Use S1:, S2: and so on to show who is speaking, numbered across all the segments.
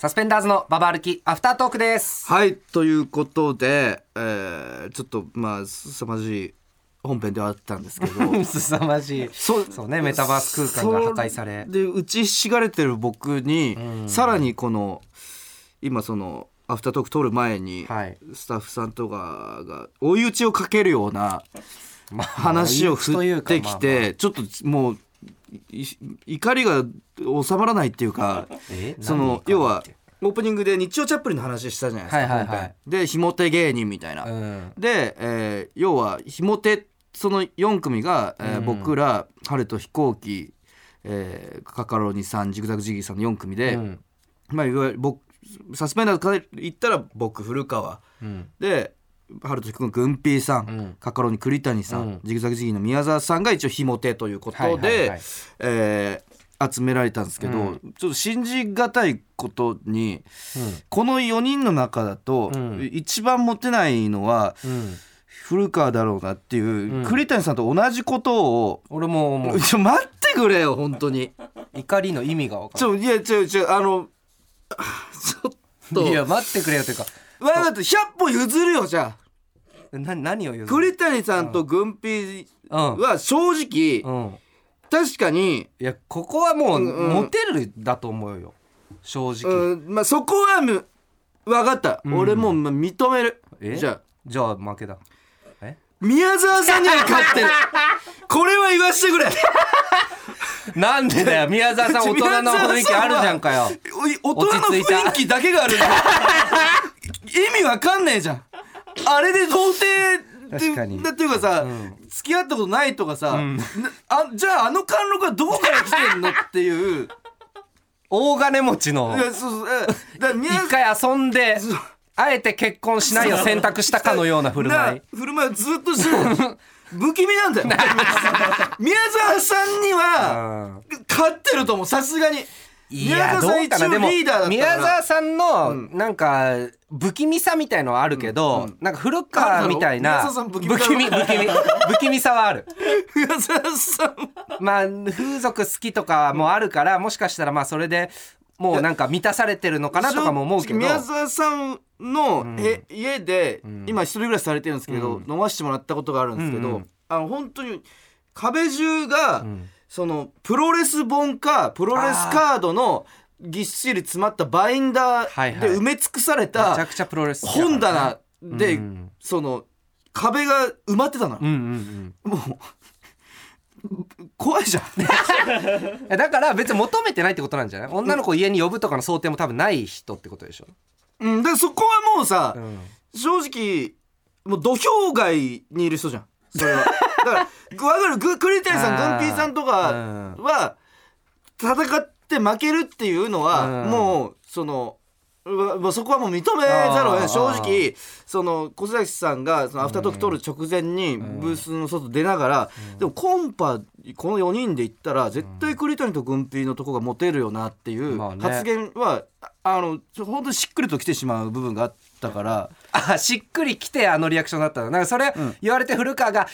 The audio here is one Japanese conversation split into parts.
S1: サスペンダーズのババ歩きアフタートークです。
S2: はい、ということで、ちょっと凄まじい本編ではあったんですけど
S1: 凄まじいそうね、メタバース空間が破壊され
S2: で打ちひしがれてる僕に、さらにこの今そのアフタートーク撮る前に、はい、スタッフさんとかが追い打ちをかけるような話を振ってきて、ちょっともう怒りが収まらないっていうか、その要はオープニングで日曜チャップリンの話したじゃないですか、はい、でひも手芸人みたいな、で、要はひも手その4組が、僕ら春と飛行機、カカロニさんジグザグジギーさんの4組で、いわゆる僕サスペンダーズから言ったら僕古川、で春と飛行機のグンピーさん、カカロニ栗谷さん、ジグザグジギーの宮沢さんが一応ひも手ということで、集められたんですけど、ちょっと信じがたいことに、この4人の中だと、一番モテないのは、古川だろうなっていう、栗谷さんと同じことを
S1: 俺も思う。
S2: 待ってくれよ本当に。
S1: 怒りの意味が分かる。
S2: いやちょっと
S1: いや待ってくれよというか、
S2: 分かった、100歩譲るよ。じゃあ
S1: 何を譲る。
S2: 栗谷さんとグンピーは正直、確かに
S1: いやここはもう、モテるだと思うよ正直、
S2: そこは分かった、俺もう認める。じゃ
S1: あ負けだ。
S2: 宮沢さんには勝ってるこれは言わせてくれ
S1: なんでだよ、宮沢さん大人の雰囲気あるじゃんかよ。
S2: 大人の雰囲気だけがあるんだ意味わかんねえじゃん。あれで童貞
S1: 確かに
S2: だっていうかさ、付き合ったことないとかさ、じゃあ貫禄はどこから来てんのっていう
S1: 大金持ちの一回遊んであえて結婚しないを選択したかのような振る舞い
S2: をずっとしてる不気味なんだよ宮沢さんには勝ってると思う、さすがに。
S1: いやどうかな。でも宮沢さんのなんか不気味さみたいのはあるけど、なんか古川みたいな不気味さはある
S2: 宮沢さん
S1: 風俗好きとかもあるから、もしかしたらそれでもうなんか満たされてるのかなとかも思うけど、
S2: 宮沢さんの家で今一人暮らしされてるんですけど、飲ませてもらったことがあるんですけど、本当に壁中がそのプロレス本かプロレスカードのぎっしり詰まったバインダーで埋め尽くされた本棚で、その壁が埋まってたの、もう怖いじゃん
S1: だから別に求めてないってことなんじゃない。女の子家に呼ぶとかの想定も多分ない人ってことでしょ。
S2: でそこはもうさ、正直もう土俵外にいる人じゃんそれは。だから分かる、栗谷さんグンピーさんとかは戦って負けるっていうのは、もうそのそこはもう認めざるを得ない。正直その小崎さんがそのアフタートーク撮る直前にブースの外出ながら、でもコンパこの4人で行ったら絶対栗谷とグンピーのとこがモテるよなっていう発言は、本当にしっくりときてしまう部分があったから。
S1: しっくりきてリアクションだったの。なんかそれ言われて古川が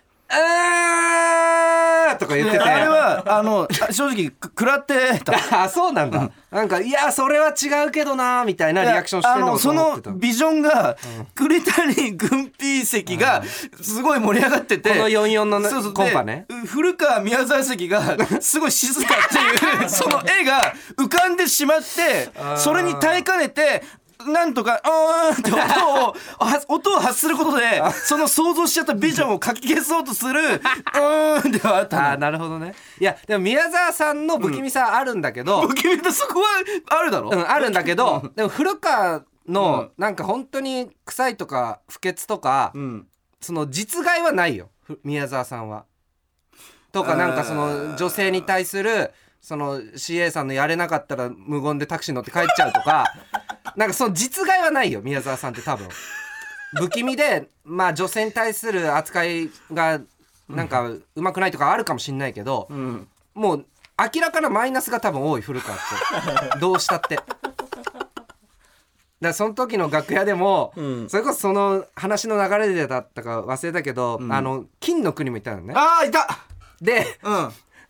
S1: とか言ってて、
S2: あれは正直食らってた
S1: そうなんだ、なんかいやそれは違うけどなみたいなリアクションしてるのかと思ってた。
S2: そのビジョンが、栗谷グンピー席がすごい盛り上がってて、
S1: この44のコンパね、
S2: 古川宮沢席がすごい静かっていうその絵が浮かんでしまって、それに耐えかねてなんとかって音を発することでその想像しちゃったビジョンをかき消そうとするではあったの。
S1: なるほどね。いやでも宮沢さんの不気味さあるんだけど、
S2: 不気味だ、そこはあるだろ、
S1: あるんだけどでも古川のなんか本当に臭いとか不潔とか、その実害はないよ宮沢さんは。とかなんかその女性に対するその CA さんのやれなかったら無言でタクシー乗って帰っちゃうとかなんかその実害はないよ宮沢さんって。多分不気味で女性に対する扱いがなんかうまくないとかあるかもしんないけど、もう明らかなマイナスが多分多い古川ってどうしたって。だからその時の楽屋でも、それこそその話の流れでだったか忘れたけど、金の国もいたのね。
S2: いた
S1: で、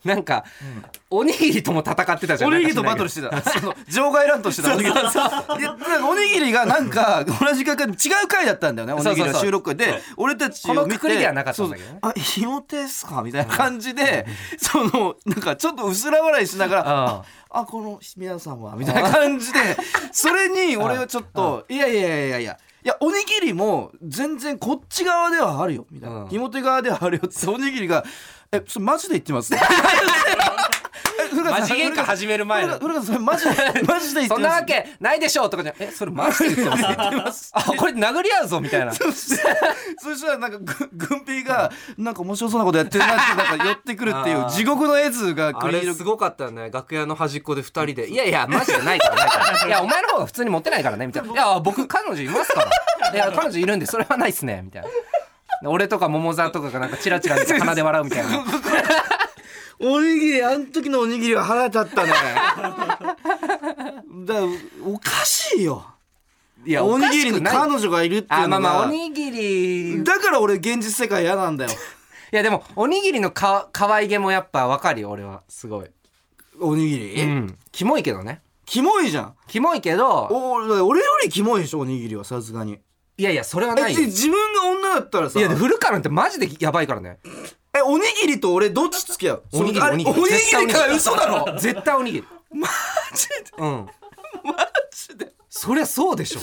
S1: なんか、おにぎりとも戦ってたじゃん。
S2: おにぎりとバトルしてたその場外乱闘してたおにぎりおにぎりがなんか同じ回違う回だったんだよね。おにぎりは収録会で俺たちを見て
S1: このくくりではなかったんだけどね。
S2: あ、ひもてすかみたいな感じで、そのなんかちょっと薄ら笑いしながらあこの皆さんはみたいな感じでそれに俺はちょっといやおにぎりも全然こっち側ではあるよみたいな、ひもて側ではあるよっておにぎりがそれマジで言ってます
S1: マジ喧嘩始める前の
S2: 古川さんそれマジで言ってます
S1: そんなわけないでしょとかじゃそれマジで言ってますあこれ殴り合うぞみたいなそ
S2: したらなんか軍兵がなんか面白そうなことやってるなってなんか寄ってくるっていう地獄の絵図が
S1: あれすごかったよね。楽屋の端っこで2人でいやマジでないからいやお前の方が普通に持ってないからねみたいな。いや僕彼女いますからいや彼女いるんでそれはないっすねみたいな。俺とか桃沢とかがなんかチラチラ見て鼻で笑うみたいな
S2: おにぎりあん時のおにぎりは腹立ったねだからおかしいよ。
S1: いや
S2: おにぎりに彼女がいるっていうのが
S1: おにぎり
S2: だから俺現実世界嫌なんだよ
S1: いやでもおにぎりの可愛げもやっぱ分かるよ俺はすごい。
S2: おにぎり、
S1: キモいけどね。
S2: キモいじゃん。
S1: キモいけど
S2: 俺よりキモいでしょおにぎりはさすがに。
S1: いやそれはないよ。
S2: 自分が女だったらさ
S1: いや古川なんてマジでやばいからね。
S2: おにぎりと俺どっち付き合う。
S1: おにぎりか嘘だろ絶対おにぎり
S2: マジで
S1: マ
S2: ジで
S1: そりゃそうでしょ。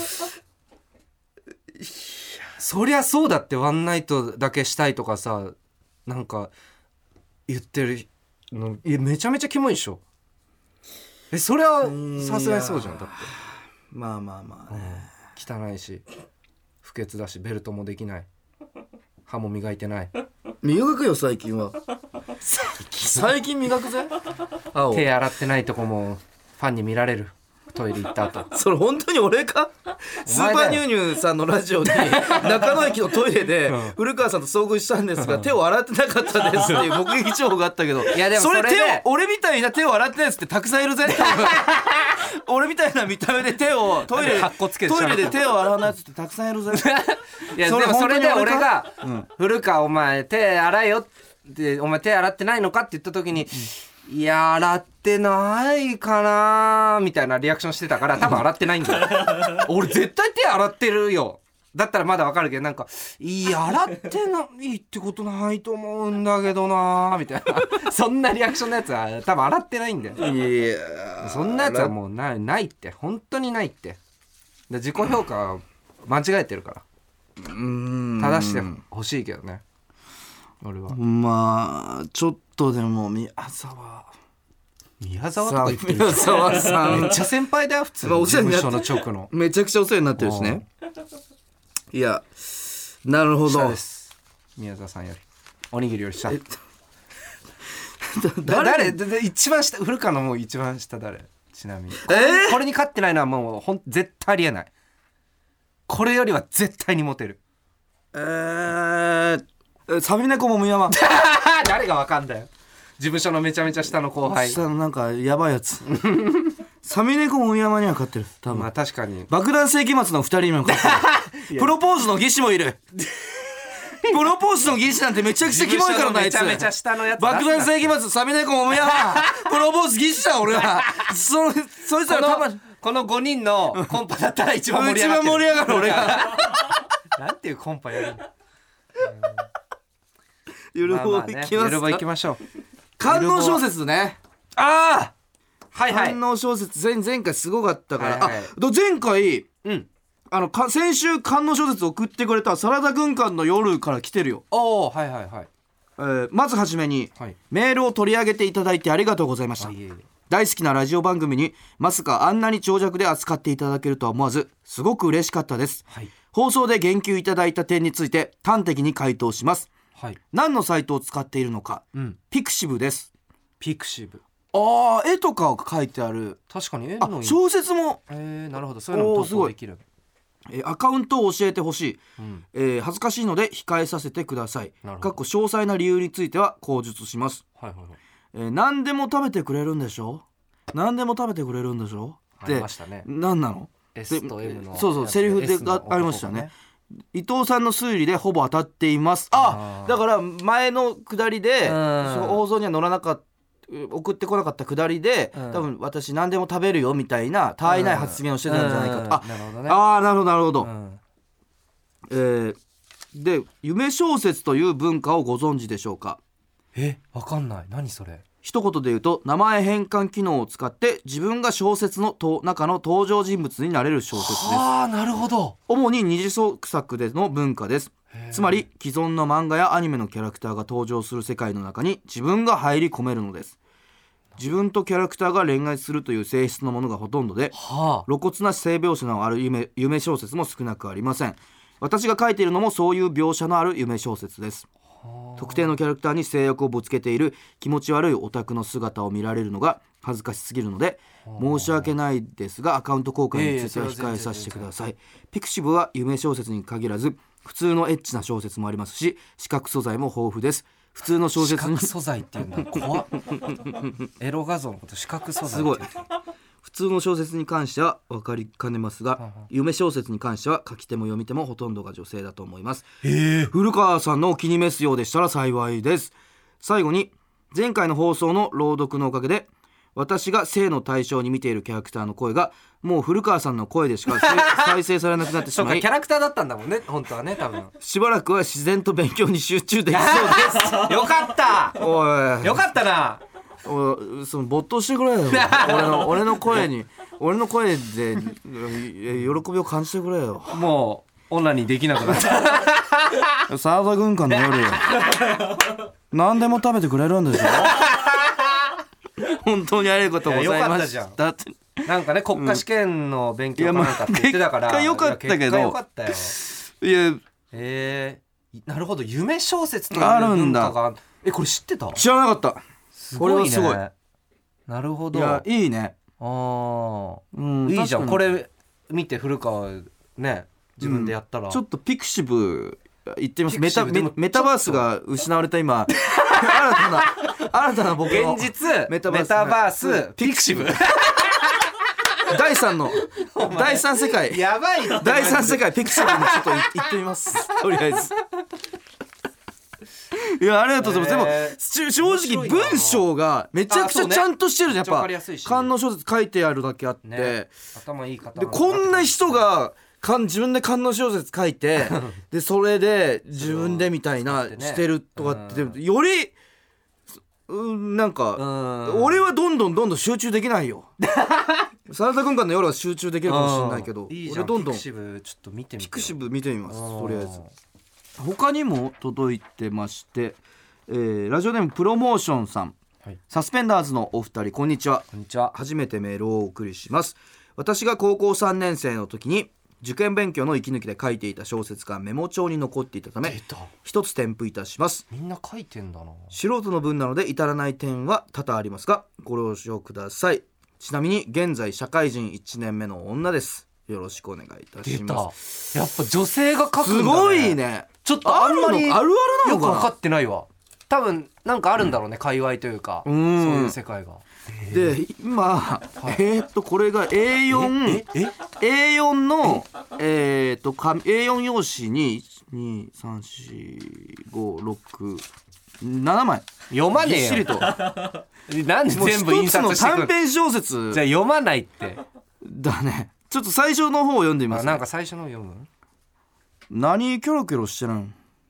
S1: そりゃそうだって。ワンナイトだけしたいとかさなんか言ってるのめちゃめちゃキモいでしょ。それはさすがにそうじゃん。だって
S2: まあね、
S1: 汚いし不潔だしベルトもできない歯も磨いてない。
S2: 磨くよ最近は最近磨くぜ
S1: 手洗ってないとこもファンに見られる。トイレ行った後
S2: それ本当に俺か。スーパーニューニューさんのラジオに中野駅のトイレで古川さんと遭遇したんですが手を洗ってなかったですっていう目撃情報があったけど、いやでもそれ俺みたいな手を洗ってないやつってたくさんいるぜ俺みたいな見た目でトイレで手を洗わないやつってたくさんいるぜ
S1: いやでもそれで俺が古川お前手洗えよってお前手洗ってないのかって言った時にいや洗ってないかなみたいなリアクションしてたから多分洗ってないんだよ俺絶対手洗ってるよ。だったらまだわかるけどなんかいや洗ってないってことないと思うんだけどなみたいなそんなリアクションのやつは多分洗ってないんだよ。
S2: いや
S1: そんなやつはもうないって本当にないって。自己評価は間違えてるから正してほしいけどね俺は。
S2: まあちょっとでも宮沢
S1: とか言ってる
S2: 宮沢さん
S1: めっちゃ先輩だよ普通に事務所の直の
S2: めちゃくちゃお世話になってるしね。いやなるほど。
S1: 下です宮沢さんよりおにぎりより下誰一番下古川のもう一番下誰ちなみにこれに勝ってないのはもう絶対ありえない。これよりは絶対にモテる。
S2: サビ猫もむやま
S1: 誰がわかんだよ。事務所のめちゃめちゃ下の後輩
S2: 下のなんかやばいやつサビ猫もむやまには勝ってる多分。
S1: まあ確かに
S2: 爆弾世紀末の2人にも勝ってるプロポーズの技師もいるプロポーズの技師なんてめちゃくちゃキモいからなあいつ。
S1: めちゃめちゃ下のやつ
S2: 爆弾世紀末サビ猫もむやまプロポーズ技師だ俺はそいつら
S1: この5人のコンパだったら一番盛り上がってる。
S2: 一番盛り上がる俺が
S1: なんていうコンパやるの。
S2: ゆるぼ行きますか。
S1: ゆるぼ行きましょう。
S2: 官能小説ね。
S1: ああはいはい。
S2: 官能小説前回すごかったから、前回、先週官能小説送ってくれたサラダ軍艦の夜から来てるよ。
S1: おおはいはいはい。
S2: まずはじめに、メールを取り上げていただいてありがとうございました。大好きなラジオ番組にまさかあんなに長尺で扱っていただけるとは思わずすごく嬉しかったです、放送で言及いただいた点について端的に回答します。何のサイトを使っているのか、ピクシブです。
S1: ピクシブ。
S2: 絵とかが書いてある。
S1: 確かに絵の
S2: 小説も
S1: なるほどそういうのも投稿できる。
S2: アカウントを教えてほしい、恥ずかしいので控えさせてください。詳細な理由については口述します。何でも食べてくれるんでしょ。何でも食べてくれるんでしょって何なの。
S1: S と M の
S2: そうセリフでありましたね。伊藤さんの推理でほぼ当たっています。だから前のくだりで放送には乗らなかっ送ってこなかったくだりで、多分私何でも食べるよみたいな他愛ない発言をしてたんじゃないかと、なるほどね。なるほどなるほど、で夢小説という文化をご存知でしょうか。
S1: わかんない。何それ。
S2: 一言で言うと、名前変換機能を使って自分が小説の中の登場人物になれる小説です。
S1: なるほど。
S2: 主に二次創作での文化です。つまり既存の漫画やアニメのキャラクターが登場する世界の中に自分が入り込めるのです。自分とキャラクターが恋愛するという性質のものがほとんどで、露骨な性描写のある夢小説も少なくありません。私が書いているのもそういう描写のある夢小説です。特定のキャラクターに性欲をぶつけている気持ち悪いオタクの姿を見られるのが恥ずかしすぎるので、申し訳ないですがアカウント交換については控えさせてください。ピクシブは夢小説に限らず普通のエッチな小説もありますし、視覚素材も豊富です。普通の小説に
S1: 視覚素材っていうんだ。怖っ。エロ画像のこと視覚素材って
S2: すごい。普通の小説に関しては分かりかねますが、夢小説に関しては書き手も読み手もほとんどが女性だと思います。古川さんのお気に召すようでしたら幸いです。最後に、前回の放送の朗読のおかげで私が性の対象に見ているキャラクターの声がもう古川さんの声でしか再生されなくなってしまい
S1: そうか、キャラクターだったんだもんね本当はね。多分し
S2: ばらくは自然と勉強に集中できそうです
S1: よかった。
S2: おい、
S1: よかったな。
S2: その没頭してくれよ俺の声で喜びを感じてくれよ。
S1: もうオナニーできなくなった
S2: サラダ軍艦の夜何でも食べてくれるんでしょ本当にありがとうございました。だって
S1: なんかね、国家試験の勉強かなんかって言ってたから、
S2: 結果良かったけど、
S1: 結果良かったよ。なるほど、夢小説という文化がこれ知ってた？
S2: 知らなかった。
S1: すごいね。
S2: これはすごい。
S1: なるほど。
S2: いや、いいね。
S1: いいじゃん。これ見て古川ね、自分でやったら、
S2: ちょっとピクシブ行ってみます。メタバースが失われた今新たな僕の
S1: 現実メタバースピクシブ
S2: 第3世界
S1: やばいの
S2: 第3世界ピクシブにちょっと行ってみますとりあえず。いや、ありがとうございます。でも正直文章がめちゃくちゃちゃんとしてるじゃん。やっぱ官能小説書いてあるだけあって、
S1: 頭いい方
S2: でこんな人が自分で官能小説書いてでそれで自分でみたいなしてるとかってよりなんか俺はどんどん集中できないよ。サラダ軍艦の夜は集中できるかもしれないけど、
S1: 俺どんどんピクシブちょっと見てみて。
S2: ピクシブ見てみます。とりあえず他にも届いてまして、ラジオネームプロモーションさん、サスペンダーズのお二人こんにちは。
S1: こんにちは。
S2: 初めてメールをお送りします。私が高校3年生の時に受験勉強の息抜きで書いていた小説がメモ帳に残っていたため一つ添付いたします。
S1: みんな書いてんだな。
S2: 素人の文なので至らない点は多々ありますがご了承ください。ちなみに現在社会人1年目の女です。よろしくお願いいたします。
S1: やっぱ女性が書くんだね。
S2: すごいね。
S1: ちょっとあんまり
S2: あるあるなのかな。
S1: よく分かってないわ。多分なんかあるんだろうね、界隈というか、そういう世界が。
S2: で今、これが A4 のA4 用紙に1234567枚
S1: 読まねえよ。
S2: ぎっしりと
S1: なんで全部印刷してくる。
S2: 短編小説
S1: じゃあ読まないって
S2: だね。ちょっと最初の方を読んでみます、ね。
S1: なんか最初の読む。
S2: 何キョロキョロしてるの。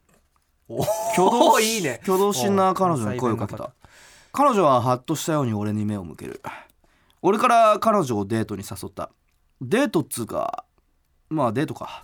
S1: いいね。
S2: 挙動不審な彼女に声をかけた。彼女はハッとしたように俺に目を向ける。俺から彼女をデートに誘った。デートっつうか、まあデートか。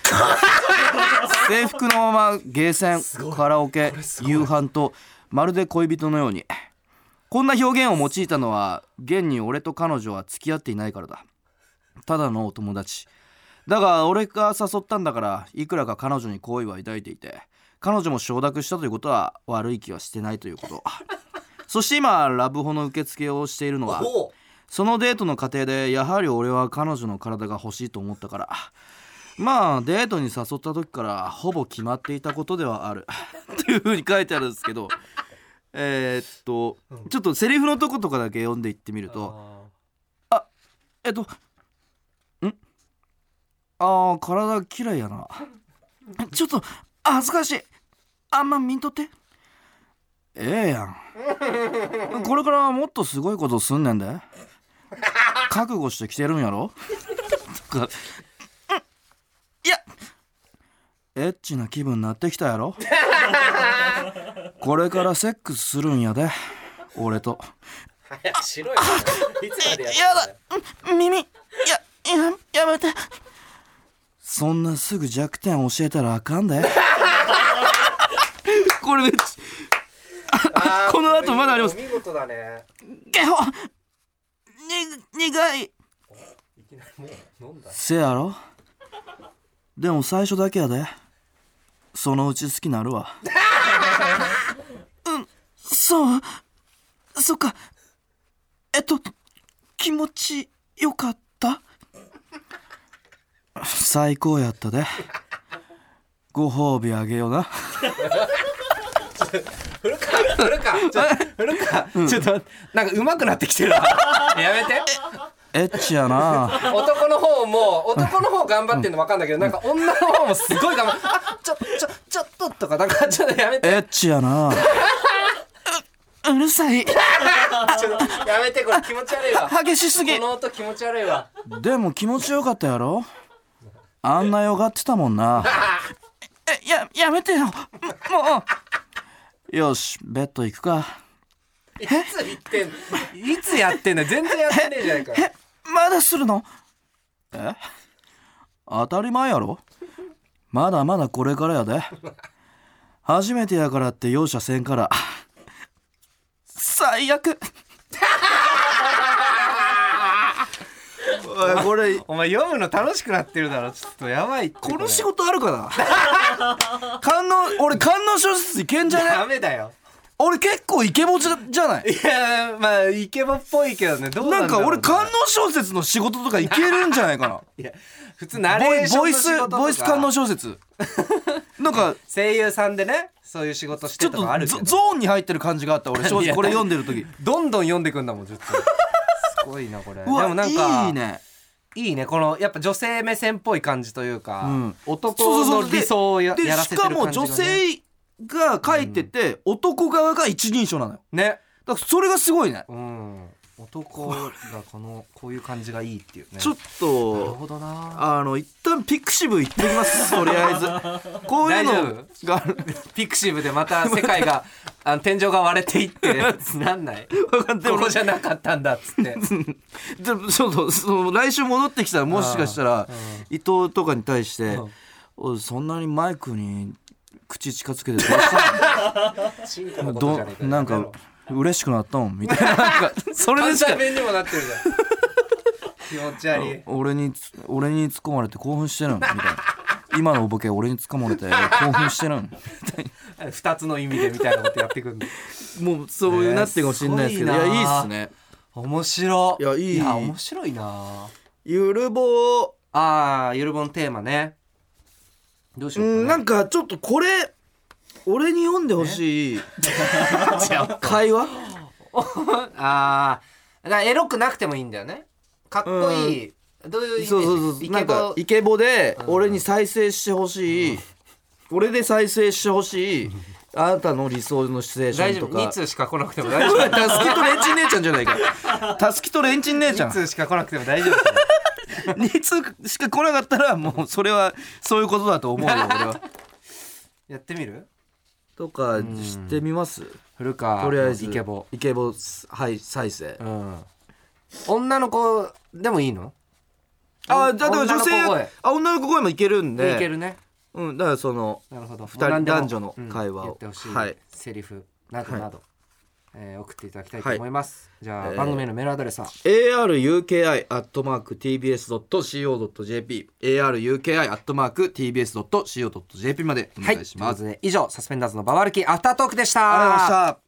S2: 制服のままゲーセン、カラオケ、夕飯とまるで恋人のように。こんな表現を用いたのは現に俺と彼女は付き合っていないからだ。ただのお友達だが、俺が誘ったんだから、いくらか彼女に好意は抱いていて、彼女も承諾したということは悪い気はしてないということ。そして今ラブホの受付をしているのは、そのデートの過程でやはり俺は彼女の体が欲しいと思ったから、まあデートに誘った時からほぼ決まっていたことではあるっていう風に書いてあるんですけど、ちょっとセリフのとことかだけ読んでいってみると、体綺麗やな。ちょっと恥ずかしい。あんま見んとって。 やん。これからもっとすごいことすんねんで。覚悟してきてるんやろ。とか、いやエッチな気分になってきたやろ。これからセックスするんやで、俺と。
S1: 早くしろよ。いつまでやってんだよ。
S2: やだ、耳、やめて。そんなすぐ弱点教えたらあかんで。これめっちゃこの後まだあります。
S1: 見事だね。
S2: ゲホ苦い。
S1: いきなりもう飲んだ。
S2: せやろ。でも最初だけやで。そのうち好きなるわ。そっか。気持ちよかった。最高やったで。ご褒美あげような。
S1: 古川、ちょっとなんか上手くなってきてるわ。やめて。
S2: エッチやな。
S1: 男の方頑張ってんの分かんないけど、なんか女の方もすごい頑張って、ちょっととか、なんかちょっとやめて。
S2: エッチやな。うるさい。
S1: ちょっとやめて、これ気持ち悪いわ。
S2: 激しすぎ。
S1: この音気持ち悪いわ。
S2: でも気持ちよかったやろ。あんなよがってたもんな。やめてよ。もう。よし、ベッド行くか。
S1: いつやってんだ。全然やってねえじゃないか。
S2: まだするの？当たり前やろ。まだまだこれからやで。初めてやからって容赦せんから。最悪。これ
S1: お前読むの楽しくなってるだろ。ちょっとやばいって。
S2: この仕事あるかな。俺観音小説いけんじゃね。
S1: ダメだよ。
S2: 俺結構イケボじゃない。
S1: いや、まあイケボっぽいけどね。どうなんだろうね。
S2: なんか俺観音小説の仕事とかいけるんじゃないかな。
S1: いや、普通ナレーションの仕事とか
S2: ボイス観音小説。なんか
S1: 声優さんでね、そういう仕事してたのあるけど、
S2: ゾーンに入ってる感じがあった。俺正直これ読んでる時
S1: どんどん読んでくんだもんずっと。すごいなこれ。で
S2: うわ、
S1: もなんか
S2: いいね。
S1: このやっぱ女性目線っぽい感じというか、男の理想をやらせてる感じがね。
S2: しかも女性が書いてて、男側が一人称なのよ
S1: ね。
S2: だからそれがすごいね。
S1: 男がこういう感じがいいっていうね。
S2: ちょっと
S1: なるほどな。
S2: 一旦ピクシブ行ってきます。とりあえずこういうのが
S1: ピクシブでまた世界が天井が割れていってなんないここじゃなかったんだっつって。
S2: でもそう来週戻ってきたらもしかしたら伊藤とかに対して「おいそんなにマイクに口近づけてどうしたの？なんか嬉しくなったもん」みたいな。なんかそれでしか
S1: 関西弁にもなってるじゃん。気持ち悪い。
S2: 俺に突っ込まれて興奮してるんみたいな。今のおボケ俺に突っ込まれて興奮してるんみたい
S1: な。2つの意味でみたいなことやってくんで。
S2: もうそういうなってかもしれないですけど、いやいいっすね。
S1: 面白い。
S2: いや
S1: 面白いな。
S2: ゆるぼ
S1: ゆるぼのテーマね。どうしようかね。
S2: なんかちょっとこれ俺に読んでほしい会話。
S1: だからエロくなくてもいいんだよね。かっこいい。どういうイメージ？
S2: そうなんかイケボで俺に再生してほしい、俺で再生してほしいあなたの理想のシチュエーションとか。
S1: 大丈夫。2通しか来なくても大丈夫。
S2: たすきとレンチン姉ちゃんじゃないか。たすきとレンチン姉ちゃん。
S1: 2通しか来なくても大丈夫。
S2: 2通しか来なかったらもうそれはそういうことだと思うよ俺は。
S1: やってみる
S2: とかしてみます。
S1: 古川
S2: とりあえず
S1: イケボ
S2: はい再生。
S1: 女の子でもいいの？
S2: じゃあでも女性女の子声もいけるんで。
S1: いけるね。
S2: だからその2人男女の会話を
S1: やってほしいセリフなどなど送っていただきたいと思います。じゃあ番組へのメールアドレスは
S2: aruki@tbs.co.jp aruki@tbs.co.jp までお願いします。
S1: 以上サスペンダーズのババ歩きアフタートークでした。
S2: ありがとうございました。